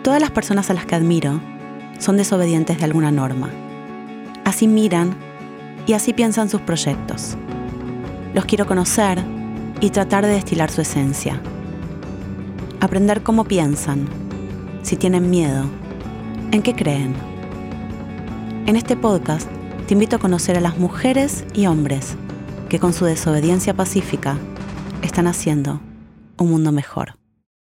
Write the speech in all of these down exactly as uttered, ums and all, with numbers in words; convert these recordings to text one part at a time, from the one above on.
Todas las personas a las que admiro son desobedientes de alguna norma. Así miran y así piensan sus proyectos. Los quiero conocer y tratar de destilar su esencia. Aprender cómo piensan, si tienen miedo, en qué creen. En este podcast te invito a conocer a las mujeres y hombres que con su desobediencia pacífica están haciendo un mundo mejor.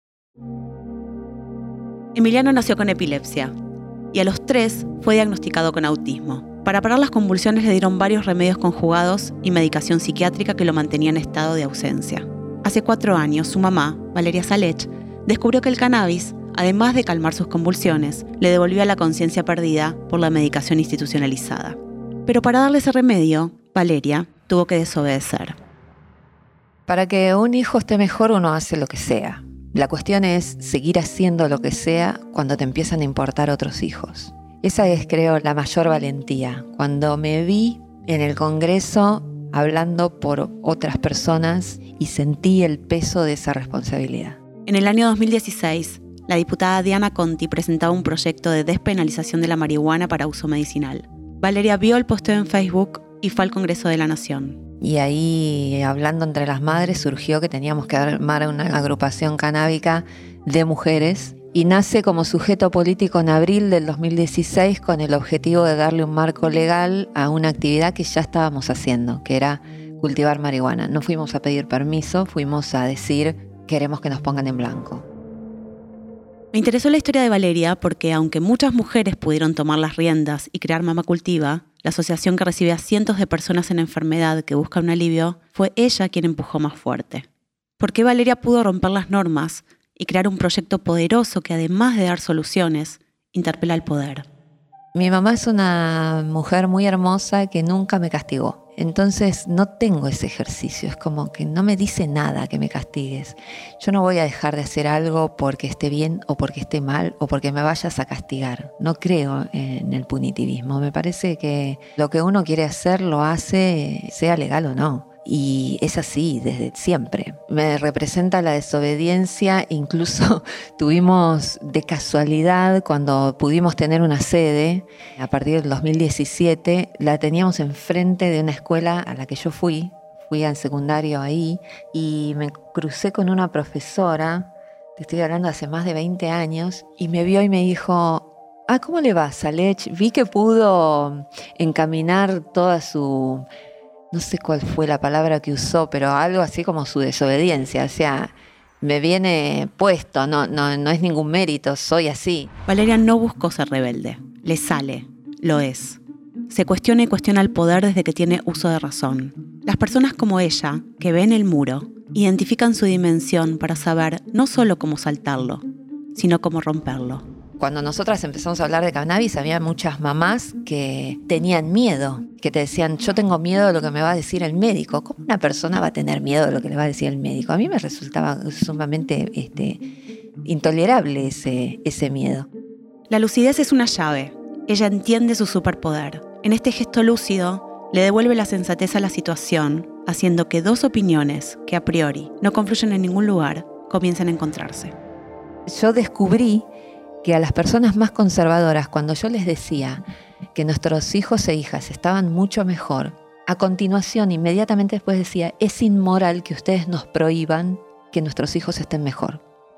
Emiliano nació con epilepsia y a los tres fue diagnosticado con autismo. Para parar las convulsiones le dieron varios remedios conjugados y medicación psiquiátrica que lo mantenía en estado de ausencia. Hace cuatro años, su mamá, Valeria Salech, descubrió que el cannabis, además de calmar sus convulsiones, le devolvía la conciencia perdida por la medicación institucionalizada. Pero para darle ese remedio, Valeria tuvo que desobedecer. Para que un hijo esté mejor, uno hace lo que sea. La cuestión es seguir haciendo lo que sea cuando te empiezan a importar otros hijos. Esa es, creo, la mayor valentía. Cuando me vi en el Congreso hablando por otras personas y sentí el peso de esa responsabilidad. En el año dos mil dieciséis, la diputada Diana Conti presentaba un proyecto de despenalización de la marihuana para uso medicinal. Valeria vio el posteo en Facebook y fue al Congreso de la Nación. Y ahí, hablando entre las madres, surgió que teníamos que armar una agrupación canábica de mujeres. Y nace como sujeto político en abril del dos mil dieciséis con el objetivo de darle un marco legal a una actividad que ya estábamos haciendo, que era cultivar marihuana. No fuimos a pedir permiso, fuimos a decir queremos que nos pongan en blanco. Me interesó la historia de Valeria porque aunque muchas mujeres pudieron tomar las riendas y crear Mamá Cultiva, la asociación que recibe a cientos de personas en enfermedad que buscan un alivio, fue ella quien empujó más fuerte. ¿Por qué Valeria pudo romper las normas y crear un proyecto poderoso que, además de dar soluciones, interpela al poder? Mi mamá es una mujer muy hermosa que nunca me castigó. Entonces no tengo ese ejercicio, es como que no me dice nada que me castigues. Yo no voy a dejar de hacer algo porque esté bien o porque esté mal o porque me vayas a castigar. No creo en el punitivismo, me parece que lo que uno quiere hacer lo hace, sea legal o no. Y es así desde siempre. Me representa la desobediencia, incluso tuvimos de casualidad cuando pudimos tener una sede, a partir del dos mil diecisiete, la teníamos enfrente de una escuela a la que yo fui, fui al secundario ahí y me crucé con una profesora, te estoy hablando hace más de veinte años, y me vio y me dijo: ah, ¿cómo le va, Salech? Vi que pudo encaminar toda su... no sé cuál fue la palabra que usó, pero algo así como su desobediencia. O sea, me viene puesto, no, no, no es ningún mérito, soy así. Valeria no buscó ser rebelde, le sale, lo es. Se cuestiona y cuestiona el poder desde que tiene uso de razón. Las personas como ella, que ven el muro, identifican su dimensión para saber no solo cómo saltarlo, sino cómo romperlo. Cuando nosotras empezamos a hablar de cannabis, había muchas mamás que tenían miedo, que te decían: yo tengo miedo de lo que me va a decir el médico. ¿Cómo una persona va a tener miedo de lo que le va a decir el médico? A mí me resultaba sumamente este, intolerable ese, ese miedo. La lucidez es una llave. Ella entiende su superpoder. En este gesto lúcido, le devuelve la sensatez a la situación, haciendo que dos opiniones, que a priori no confluyen en ningún lugar, comiencen a encontrarse. Yo descubrí que a las personas más conservadoras, cuando yo les decía que nuestros hijos e hijas estaban mucho mejor, a continuación, inmediatamente después decía: es inmoral que ustedes nos prohíban que nuestros hijos estén mejor.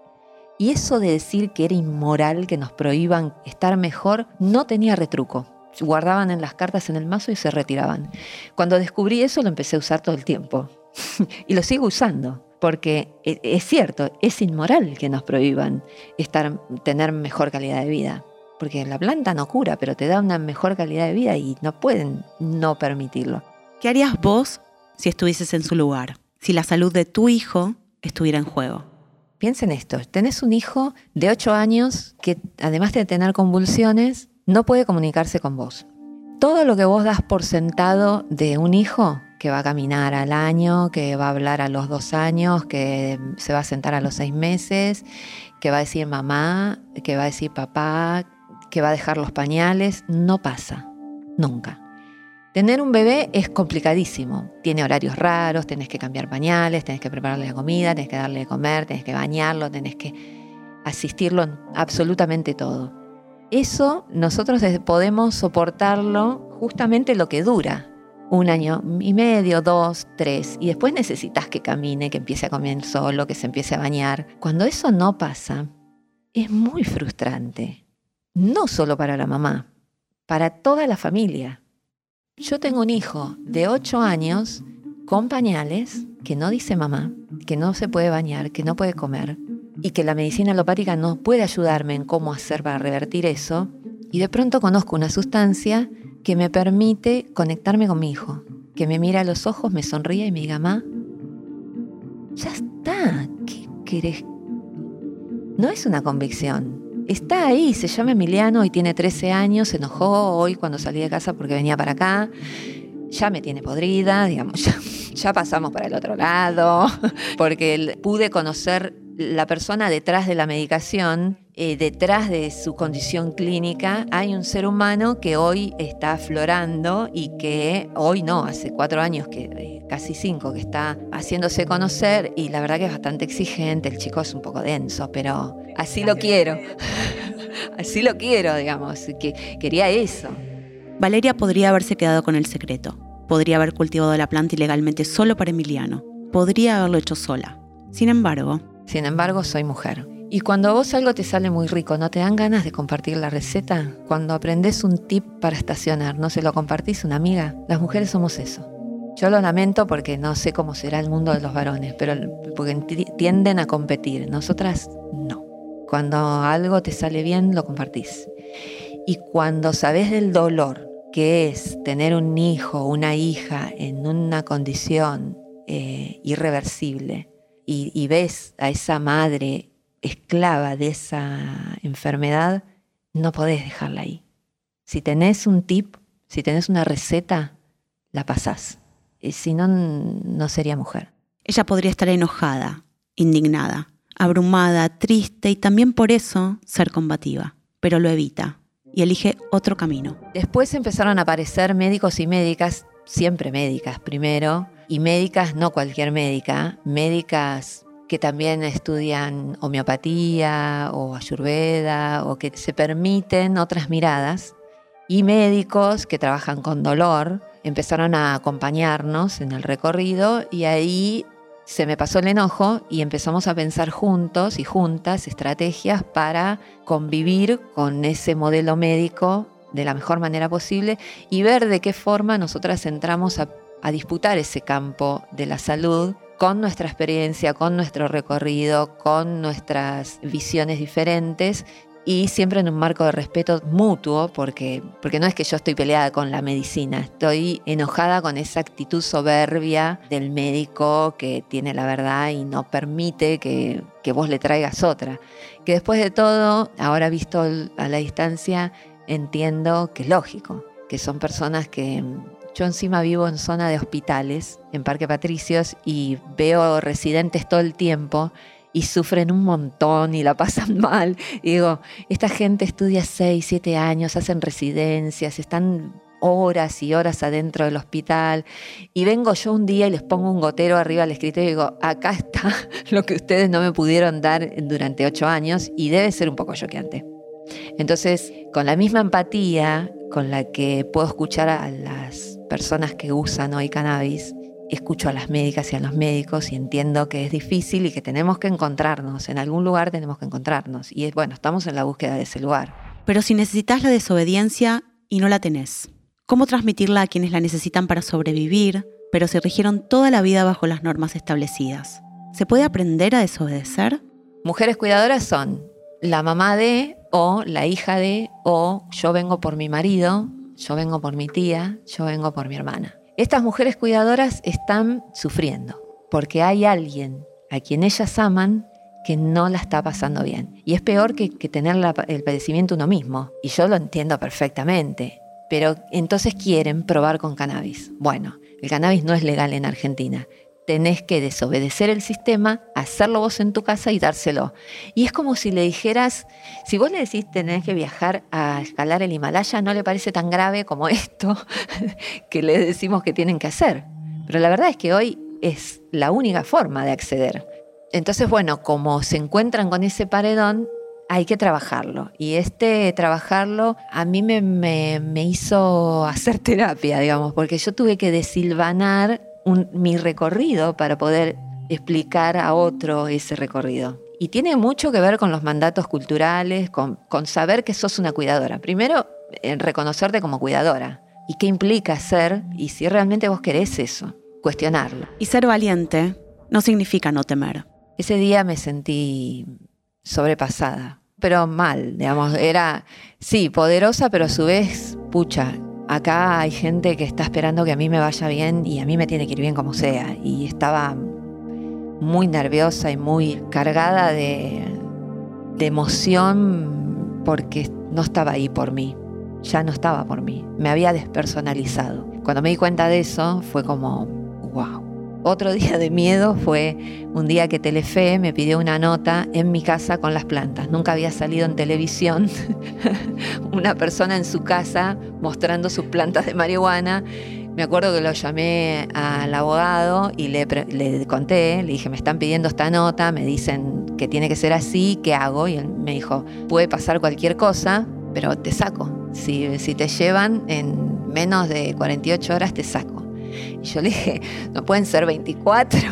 Y eso de decir que era inmoral que nos prohíban estar mejor no tenía retruco. Guardaban en las cartas en el mazo y se retiraban. Cuando descubrí eso, lo empecé a usar todo el tiempo. Y lo sigo usando. Porque es cierto, es inmoral que nos prohíban estar, tener mejor calidad de vida. Porque la planta no cura, pero te da una mejor calidad de vida y no pueden no permitirlo. ¿Qué harías vos si estuvieses en su lugar? Si la salud de tu hijo estuviera en juego. Piensa en esto, tenés un hijo de ocho años que, además de tener convulsiones, no puede comunicarse con vos. Todo lo que vos das por sentado de un hijo, que va a caminar al año, que va a hablar a los dos años, que se va a sentar a los seis meses, que va a decir mamá, que va a decir papá, que va a dejar los pañales, no pasa, nunca. Tener un bebé es complicadísimo, tiene horarios raros, tenés que cambiar pañales, tenés que prepararle la comida, tenés que darle de comer, tenés que bañarlo, tenés que... asistirlo en absolutamente todo. Eso nosotros podemos soportarlo justamente lo que dura. Un año y medio, dos, tres, y después necesitas que camine, que empiece a comer solo, que se empiece a bañar. Cuando eso no pasa, es muy frustrante. No solo para la mamá, para toda la familia. Yo tengo un hijo de ocho años con pañales que no dice mamá, que no se puede bañar, que no puede comer y que la medicina alopática no puede ayudarme en cómo hacer para revertir eso. Y de pronto conozco una sustancia que me permite conectarme con mi hijo, que me mira a los ojos, me sonríe y me diga, mamá, ya está, ¿qué querés? No es una convicción. Está ahí, se llama Emiliano y tiene trece años, se enojó hoy cuando salí de casa porque venía para acá, ya me tiene podrida, digamos, ya, ya pasamos para el otro lado, porque pude conocer la persona detrás de la medicación, eh, detrás de su condición clínica, hay un ser humano que hoy está aflorando y que hoy no, hace cuatro años, que eh, casi cinco, que está haciéndose conocer y la verdad que es bastante exigente, el chico es un poco denso, pero así lo quiero, así lo quiero, digamos, que quería eso. Valeria podría haberse quedado con el secreto, podría haber cultivado la planta ilegalmente solo para Emiliano, podría haberlo hecho sola. Sin embargo... Sin embargo, soy mujer. Y cuando a vos algo te sale muy rico, ¿no te dan ganas de compartir la receta? Cuando aprendés un tip para estacionar, ¿no se lo compartís a una amiga? Las mujeres somos eso. Yo lo lamento porque no sé cómo será el mundo de los varones, pero porque tienden a competir. Nosotras, no. Cuando algo te sale bien, lo compartís. Y cuando sabés del dolor que es tener un hijo o una hija en una condición eh, irreversible, Y, y ves a esa madre esclava de esa enfermedad, no podés dejarla ahí. Si tenés un tip, si tenés una receta, la pasás. Y si no, no sería mujer. Ella podría estar enojada, indignada, abrumada, triste y también por eso ser combativa, pero lo evita y elige otro camino. Después empezaron a aparecer médicos y médicas, siempre médicas primero, y médicas, no cualquier médica, médicas que también estudian homeopatía o ayurveda o que se permiten otras miradas, y médicos que trabajan con dolor, empezaron a acompañarnos en el recorrido y ahí se me pasó el enojo y empezamos a pensar juntos y juntas estrategias para convivir con ese modelo médico de la mejor manera posible y ver de qué forma nosotras entramos a a disputar ese campo de la salud con nuestra experiencia, con nuestro recorrido, con nuestras visiones diferentes y siempre en un marco de respeto mutuo, porque, porque no es que yo estoy peleada con la medicina, estoy enojada con esa actitud soberbia del médico que tiene la verdad y no permite que, que vos le traigas otra. Que después de todo, ahora visto a la distancia, entiendo que es lógico, que son personas que... Yo encima vivo en zona de hospitales, en Parque Patricios, y veo residentes todo el tiempo y sufren un montón y la pasan mal. Y digo, esta gente estudia seis, siete años, hacen residencias, están horas y horas adentro del hospital. Y vengo yo un día y les pongo un gotero arriba del escritorio y digo, acá está lo que ustedes no me pudieron dar durante ocho años y debe ser un poco choqueante. Entonces, con la misma empatía con la que puedo escuchar a las personas que usan hoy cannabis, escucho a las médicas y a los médicos y entiendo que es difícil y que tenemos que encontrarnos, en algún lugar tenemos que encontrarnos. Y bueno, estamos en la búsqueda de ese lugar. Pero si necesitas la desobediencia y no la tenés, ¿cómo transmitirla a quienes la necesitan para sobrevivir, pero se rigieron toda la vida bajo las normas establecidas? ¿Se puede aprender a desobedecer? Mujeres cuidadoras son la mamá de, o la hija de, o yo vengo por mi marido, yo vengo por mi tía, yo vengo por mi hermana. Estas mujeres cuidadoras están sufriendo porque hay alguien a quien ellas aman que no la está pasando bien. Y es peor que, que tener la, el padecimiento uno mismo. Y yo lo entiendo perfectamente. Pero entonces quieren probar con cannabis. Bueno, el cannabis no es legal en Argentina. Tenés que desobedecer el sistema, hacerlo vos en tu casa y dárselo. Y es como si le dijeras, si vos le decís tenés que viajar a escalar el Himalaya, no le parece tan grave como esto que le decimos que tienen que hacer. Pero la verdad es que hoy es la única forma de acceder. Entonces, bueno, como se encuentran con ese paredón, hay que trabajarlo. Y este trabajarlo a mí me, me, me hizo hacer terapia, digamos, porque yo tuve que desilvanar un, mi recorrido para poder explicar a otro ese recorrido. Y tiene mucho que ver con los mandatos culturales, con, con saber que sos una cuidadora. Primero, en reconocerte como cuidadora. ¿Y qué implica ser? Y si realmente vos querés eso, cuestionarlo. Y ser valiente no significa no temer. Ese día me sentí sobrepasada, pero mal, digamos. Era, sí, poderosa, pero a su vez, pucha, acá hay gente que está esperando que a mí me vaya bien y a mí me tiene que ir bien como sea. Y estaba muy nerviosa y muy cargada de, de emoción porque no estaba ahí por mí. Ya no estaba por mí. Me había despersonalizado. Cuando me di cuenta de eso, fue como, wow. Otro día de miedo fue un día que Telefe me pidió una nota en mi casa con las plantas. Nunca había salido en televisión una persona en su casa mostrando sus plantas de marihuana. Me acuerdo que lo llamé al abogado y le, le conté, le dije, me están pidiendo esta nota, me dicen que tiene que ser así, ¿qué hago? Y él me dijo, puede pasar cualquier cosa, pero te saco. Si, si te llevan en menos de cuarenta y ocho horas, te saco. Y yo le dije, ¿no pueden ser veinticuatro?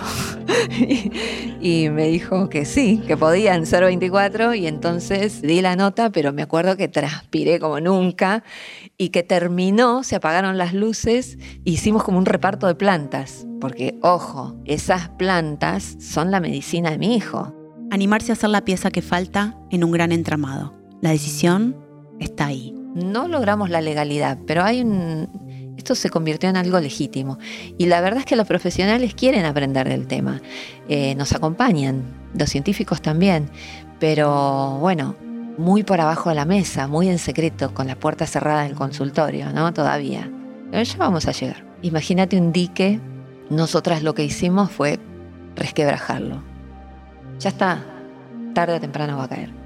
y, y me dijo que sí, que podían ser veinticuatro. Y entonces di la nota, pero me acuerdo que transpiré como nunca y que terminó, se apagaron las luces, hicimos como un reparto de plantas. Porque, ojo, esas plantas son la medicina de mi hijo. Animarse a hacer la pieza que falta en un gran entramado. La decisión está ahí. No logramos la legalidad, pero hay un... esto se convirtió en algo legítimo. Y la verdad es que los profesionales quieren aprender del tema. Eh, nos acompañan, los científicos también. Pero bueno, muy por abajo de la mesa, muy en secreto, con la puerta cerrada del consultorio, ¿no? Todavía. Pero ya vamos a llegar. Imagínate un dique. Nosotras lo que hicimos fue resquebrajarlo. Ya está. Tarde o temprano va a caer.